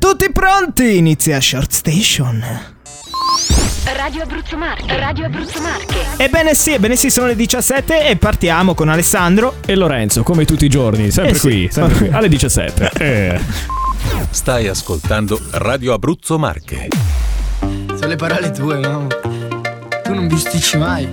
tutti pronti? Inizia Short Station. Radio Abruzzo Marche. Ebbene sì, sono le 17 e partiamo con Alessandro e Lorenzo, come tutti i giorni, sempre qui, alle 17. Stai ascoltando Radio Abruzzo Marche. Sono le parole tue, mamma. Tu non bisticci mai.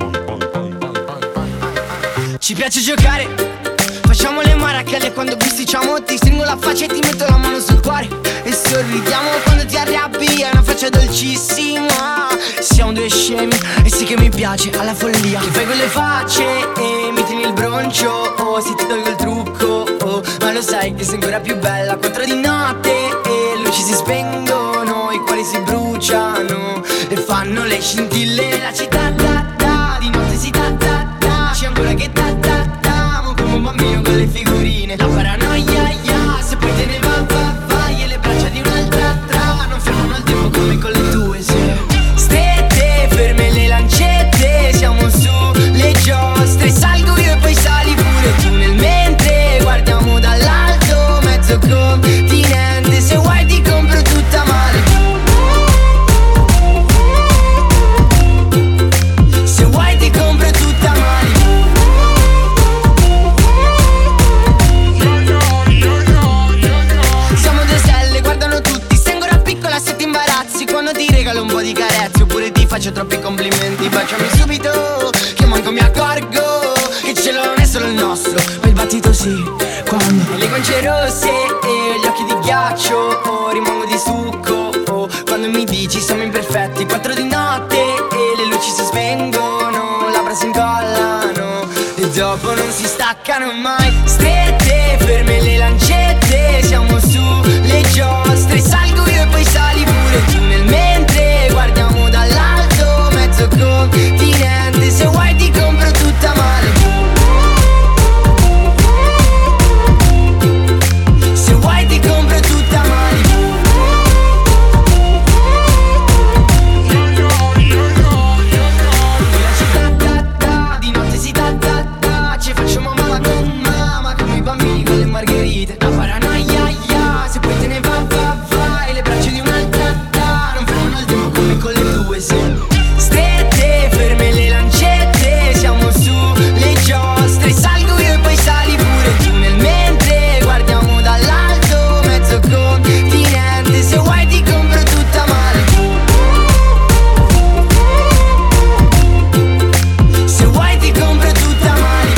Ci piace giocare, facciamo le marachelle quando bisticciamo. Ti stringo la faccia e ti metto la mano sul cuore e sorridiamo quando ti arrabbi. È una faccia dolcissima. Siamo due scemi e sì che mi piace alla follia. Che fai quelle facce e mi tieni il broncio. Oh, se ti tolgo il trucco, oh, ma lo sai che sei ancora più bella. 4 di notte e luci si spengono, i cuori si bruciano e fanno le scintille. La città da, di notte si da. C'è ancora che da, mo come un bambino con le figurine. La paranoia, se poi te ne va, e le braccia di un'altra non fermano il tempo come con le tue, Stette, ferme le lancette, siamo su le giostre. Salgo io e poi sali pure tu nel mentre guardiamo dall'alto mezzo continente. Se vuoi ti compro tutta male. Se vuoi ti compro tutta male. Siamo due stelle, guardano tutti, sei ancora piccola se ti imbarazzi. Quando ti regalo un po' di carezze oppure ti faccio troppi complimenti. Baciami subito, che manco mi accorgo che il cielo non è solo il nostro, ma il battito sì. Quando le guance rosse e gli occhi di ghiaccio, rimango di succo, quando mi dici siamo imperfetti. 4 di notte e le luci si spengono, labbra si incollano e dopo non si staccano mai. Strette, ferme le lancette, siamo su le giostre. Salgo io e poi sali pure tu nel mentre guardiamo dall'alto mezzo continente. Se vuoi ti compro tutta male. Se vuoi ti compro tutta male. La città di notte si da. Ci facciamo mamma con mamma come i bambini con le margherite. La paranoia, se poi te ne va, e le braccia di un'altra non fermano il tempo come con le tue, Strette, ferme le lancette, siamo su le giostre. Salgo io e poi sali pure tu nel mentre guardiamo dall'alto mezzo continente. Se vuoi ti compro tutta male. Se vuoi ti compro tutta male.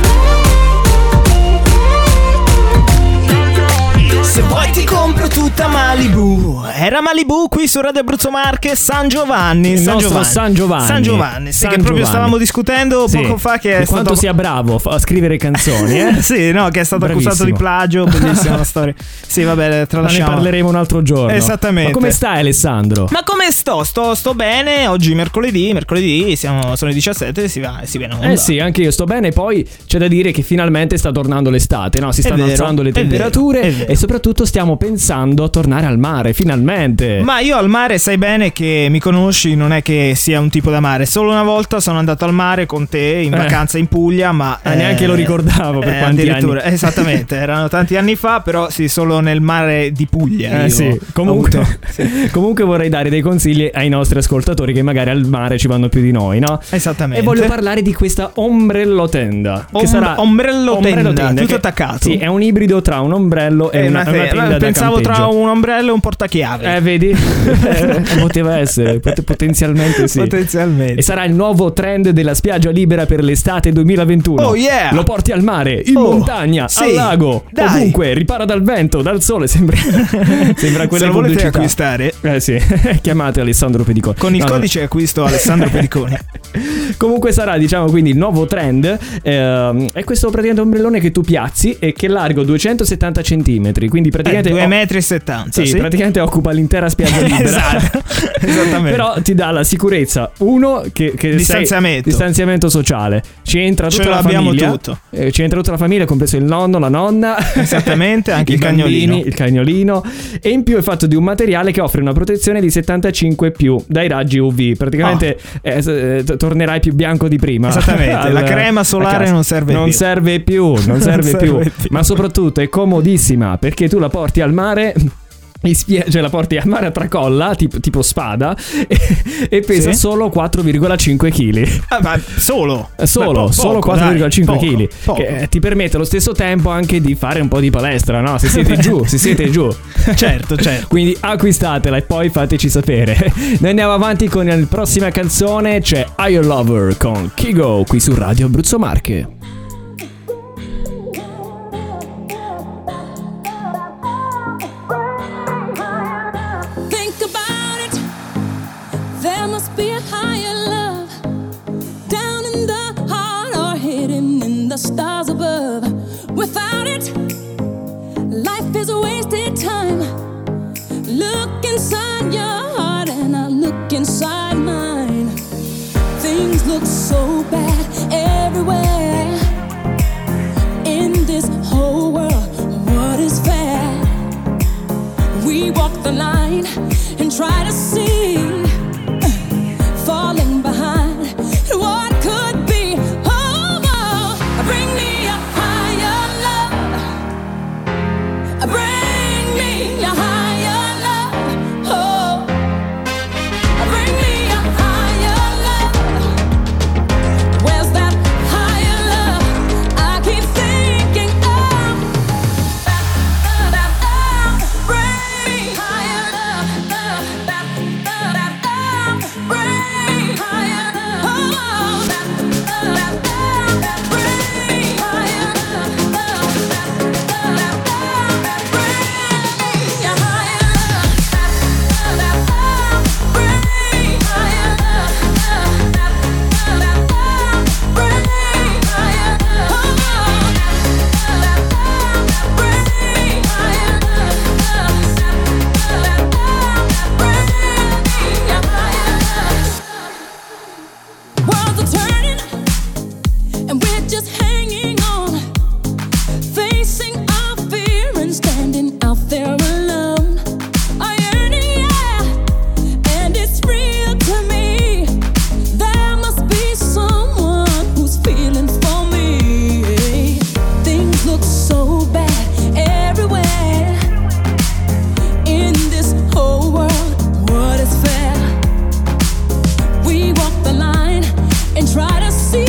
Se vuoi ti compro tutta Malibu. Era Malibu qui su Radio Abruzzo Marche. San Giovanni. San Giovanni, sì, che proprio stavamo discutendo poco fa che è quanto stato... sia bravo a scrivere canzoni, Sì, no, che è stato Bravissimo. accusato di plagio. Bellissima la storia. Sì, vabbè, tralasciamo. Ne parleremo un altro giorno. Esattamente. Ma come stai, Alessandro? Ma come sto? Sto bene. Oggi mercoledì sono le 17, si viene onda. Sì, anche io sto bene. Poi c'è da dire che finalmente sta tornando l'estate, no? Si stanno alzando le temperature e soprattutto stiamo pensando a tornare al mare, finalmente. Ma io al mare, sai bene che mi conosci, non è che sia un tipo da mare. Solo una volta sono andato al mare con te in vacanza in Puglia, ma neanche lo ricordavo per quanti anni. Esattamente, erano tanti anni fa, però sì, solo nel mare di Puglia. Sì. Comunque vorrei dare dei consigli ai nostri ascoltatori che magari al mare ci vanno più di noi, no? Esattamente. E voglio parlare di questa ombrello tenda, che sarà ombrello tenda, tutto che, attaccato. Sì, è un ibrido tra un ombrello e una tenda. Pensavo tra un ombrello e un portachiave. Vedi? Poteva essere, potenzialmente sì. Potenzialmente. E sarà il nuovo trend della spiaggia libera per l'estate 2021. Oh yeah! Lo porti al mare, in montagna, al lago, ovunque, ripara dal vento, dal sole, sembra quelle Se lo volete acquistare, sì, chiamate Alessandro Pediconi. Con il codice acquisto Alessandro Pediconi. Comunque sarà, diciamo, quindi il nuovo trend. È questo praticamente ombrellone che tu piazzi e che è largo 270 centimetri, quindi praticamente 2,70 metri. Sì, praticamente occupa l'intera spiaggia libera. Esatto. Esattamente. Però ti dà la sicurezza, uno, che distanziamento sociale. Ci entra tutta la famiglia. Tutto. Ci entra tutta la famiglia, compreso il nonno, la nonna. Esattamente, anche il cagnolino. E in più è fatto di un materiale che offre una protezione di 75+ dai raggi UV. Praticamente tornerai più bianco di prima. Esattamente. La crema solare non serve più. Ma soprattutto è comodissima, perché tu la porti al mare cioè la porti a mare a tracolla, tipo spada, e pesa solo 4,5 kg. Ma solo Solo 4,5 kg. Che ti permette allo stesso tempo anche di fare un po' di palestra, no? Se siete giù. Certo. Quindi acquistatela e poi fateci sapere. Noi andiamo avanti con la prossima canzone, c'è Higher Lover con Kygo qui su Radio Abruzzo Marche. The stars above. Without it, life is a wasted time. Look inside your heart and I look inside mine. Things look so bad everywhere. In this whole world, what is fair? We walk the line and try to see, falling behind what could be. Bring me a higher love. Bring me a higher love. Oh, bring me a higher love. Where's that higher love I keep thinking of? Bring me higher love. Bring me higher love. Oh, worlds are turning and we're just hanging on, facing our fear and standing out there alone. I yearn, yeah, and it's real to me. There must be someone who's feeling for me. Things look so bad everywhere. In this whole world, what is fair? We walk the line and try to see,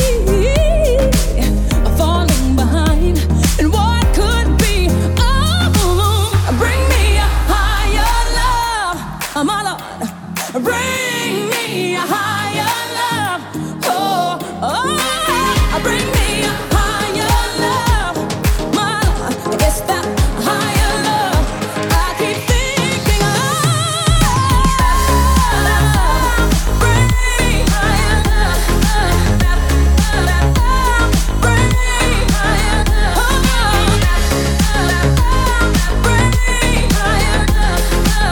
falling behind and what could be. Oh, bring me a higher love, my Lord. Bring me a higher love. Oh, bring me a higher love, my Lord. It's that higher love I keep thinking of. Bring me higher love. Bring me higher love. Bring me higher love.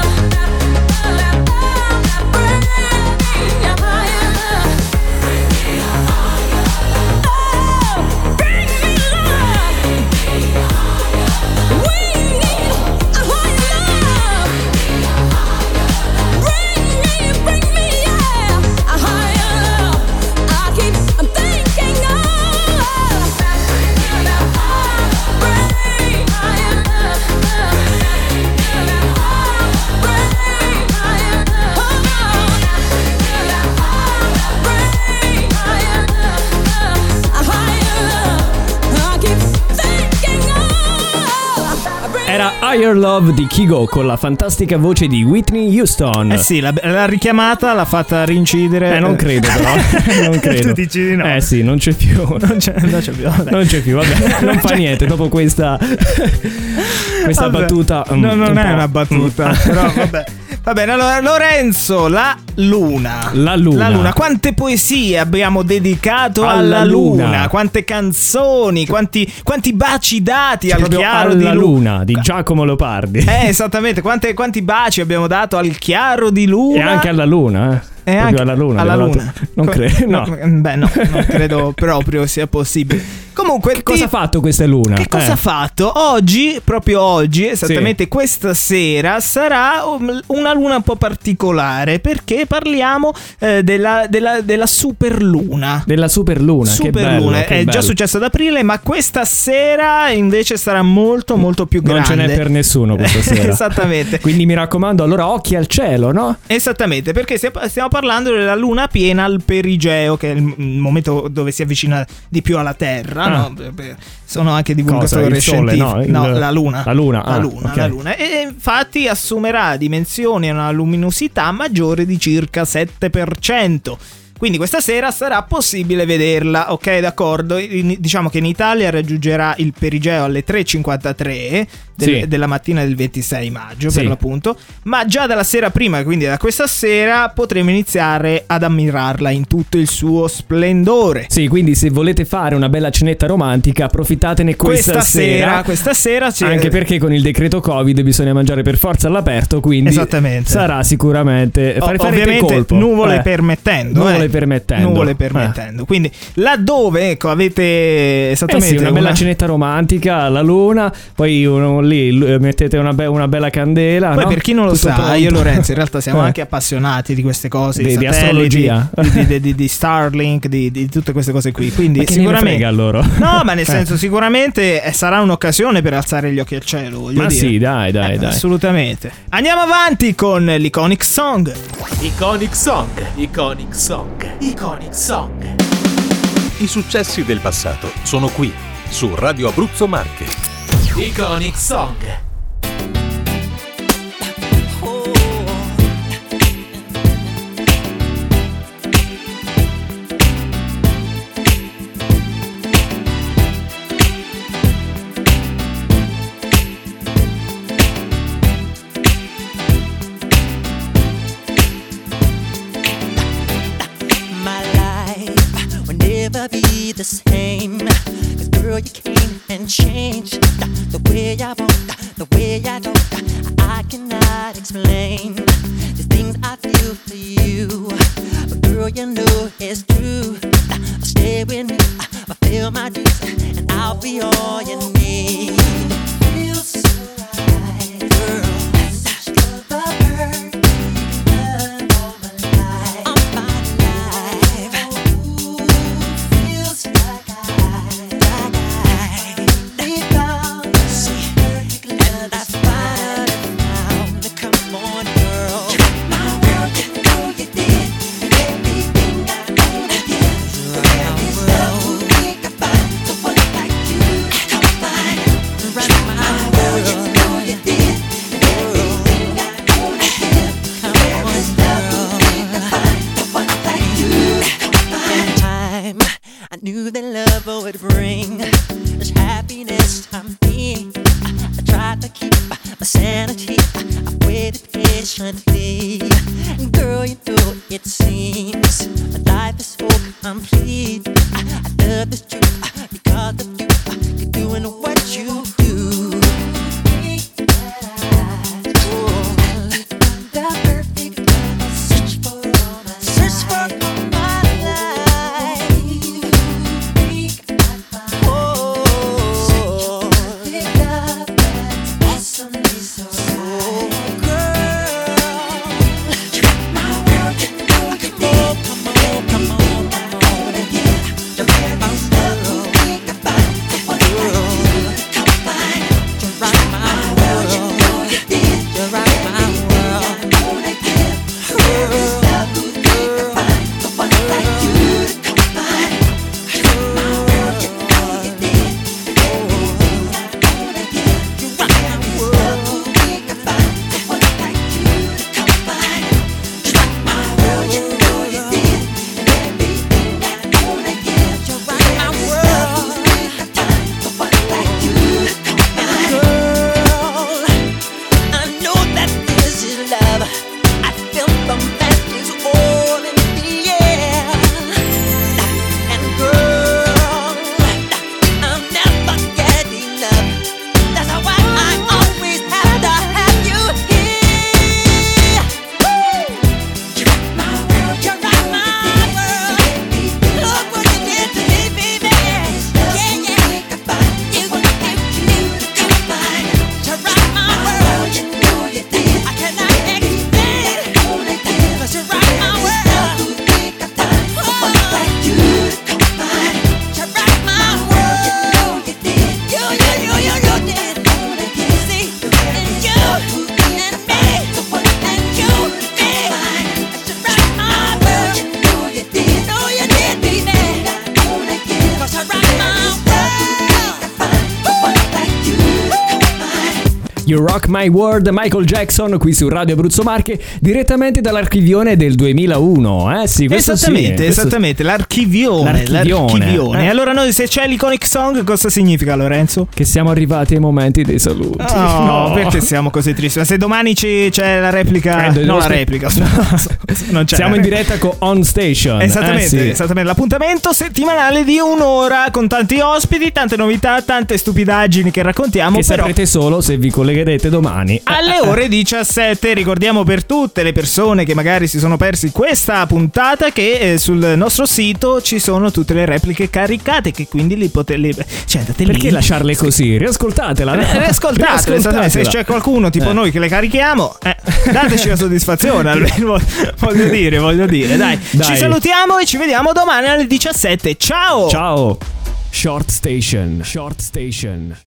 Era Higher Love di Kygo con la fantastica voce di Whitney Houston. Sì, l'ha richiamata, l'ha fatta rincidere. Non credo però. Non credo. Tu dici di no. Sì, non c'è più. Non c'è più. Vabbè. Non c'è più, vabbè. Non fa niente dopo questa Vabbè. battuta. No, non è una battuta, però vabbè. Va bene, allora Lorenzo, la luna. La luna. Quante poesie abbiamo dedicato alla luna? Quante canzoni, quanti baci dati al chiaro di luna di Giacomo Leopardi. Esattamente, quanti baci abbiamo dato al chiaro di luna. E anche alla luna, E anche alla luna. Alla luna. Non credo. No. Beh, no, non credo proprio sia possibile. Comunque, Che cosa ha fatto questa luna? Che cosa ha fatto? Oggi, proprio oggi, esattamente questa sera, sarà una luna un po' particolare, perché parliamo della superluna. Della superluna. Superluna, che è bello. già successo ad aprile, ma questa sera invece sarà molto molto più grande. Non ce n'è per nessuno questa sera. Esattamente. Quindi mi raccomando, allora occhi al cielo, no? Esattamente, perché stiamo parlando della luna piena al perigeo, che è il momento dove si avvicina di più alla Terra, no? Sono anche divulgatori Il sole, scientifici. no? La luna. La luna, La luna. E infatti assumerà dimensioni e una luminosità maggiore di circa 7%. Quindi questa sera sarà possibile vederla, ok, d'accordo? Diciamo che in Italia raggiungerà il perigeo alle 3:53 della mattina del 26 maggio, per l'appunto, ma già dalla sera prima, quindi da questa sera, potremo iniziare ad ammirarla in tutto il suo splendore. Sì, quindi se volete fare una bella cenetta romantica, approfittatene questa sera. Questa sera anche perché con il decreto Covid bisogna mangiare per forza all'aperto, quindi esattamente. Sarà sicuramente ovviamente colpo. Nuvole permettendo. Nuvole permettendo. Quindi laddove, ecco, avete esattamente una bella cenetta romantica, la luna, poi lì mettete una bella candela. Poi, no? per chi non lo Tutto sa, pronto. io e Lorenzo in realtà siamo anche appassionati di queste cose, di astrologia, di Starlink, di tutte queste cose qui. Quindi ma che sicuramente frega, loro. No, ma nel senso, sicuramente sarà un'occasione per alzare gli occhi al cielo, voglio dire. Sì, dai. Assolutamente. Andiamo avanti con l'Iconic Song. Iconic Song. Iconic Song. Iconic Song. I successi del passato sono qui, su Radio Abruzzo Marche. Iconic Song. Be the same, 'cause girl, you came and changed the way I want, the way I don't. I cannot explain the things I feel for you, but girl, you know it's true. Stay with me, fulfill my dreams, and I'll be all you need. Feels so right, girl. Would bring this happiness to me. I tried to keep my sanity. I waited patiently. And girl, you know it seems my life is so complete. I love this truth because of you. You're doing what you do. The perfect love, search for all my life. Come on. You Rock My World, Michael Jackson, qui su Radio Abruzzo Marche, direttamente dall'archivione del 2001. Sì, questo esattamente, l'archivione. E allora noi, se c'è l'Iconic Song, cosa significa, Lorenzo? Che siamo arrivati ai momenti dei saluti. No, perché siamo così tristi? Ma se domani c'è la replica, non c'è. Siamo in diretta con On Station. Esattamente, l'appuntamento settimanale di un'ora con tanti ospiti, tante novità, tante stupidaggini che raccontiamo. Che saprete solo se vi collegherete domani alle ore 17. Ricordiamo per tutte le persone che magari si sono persi questa puntata che sul nostro sito ci sono tutte le repliche caricate, che quindi perché lasciarle così? Riascoltatela. Riascoltatela. Se c'è qualcuno tipo noi che le carichiamo, dateci la soddisfazione almeno. voglio dire, dai. Ci salutiamo e ci vediamo domani alle 17. Ciao. Short Station.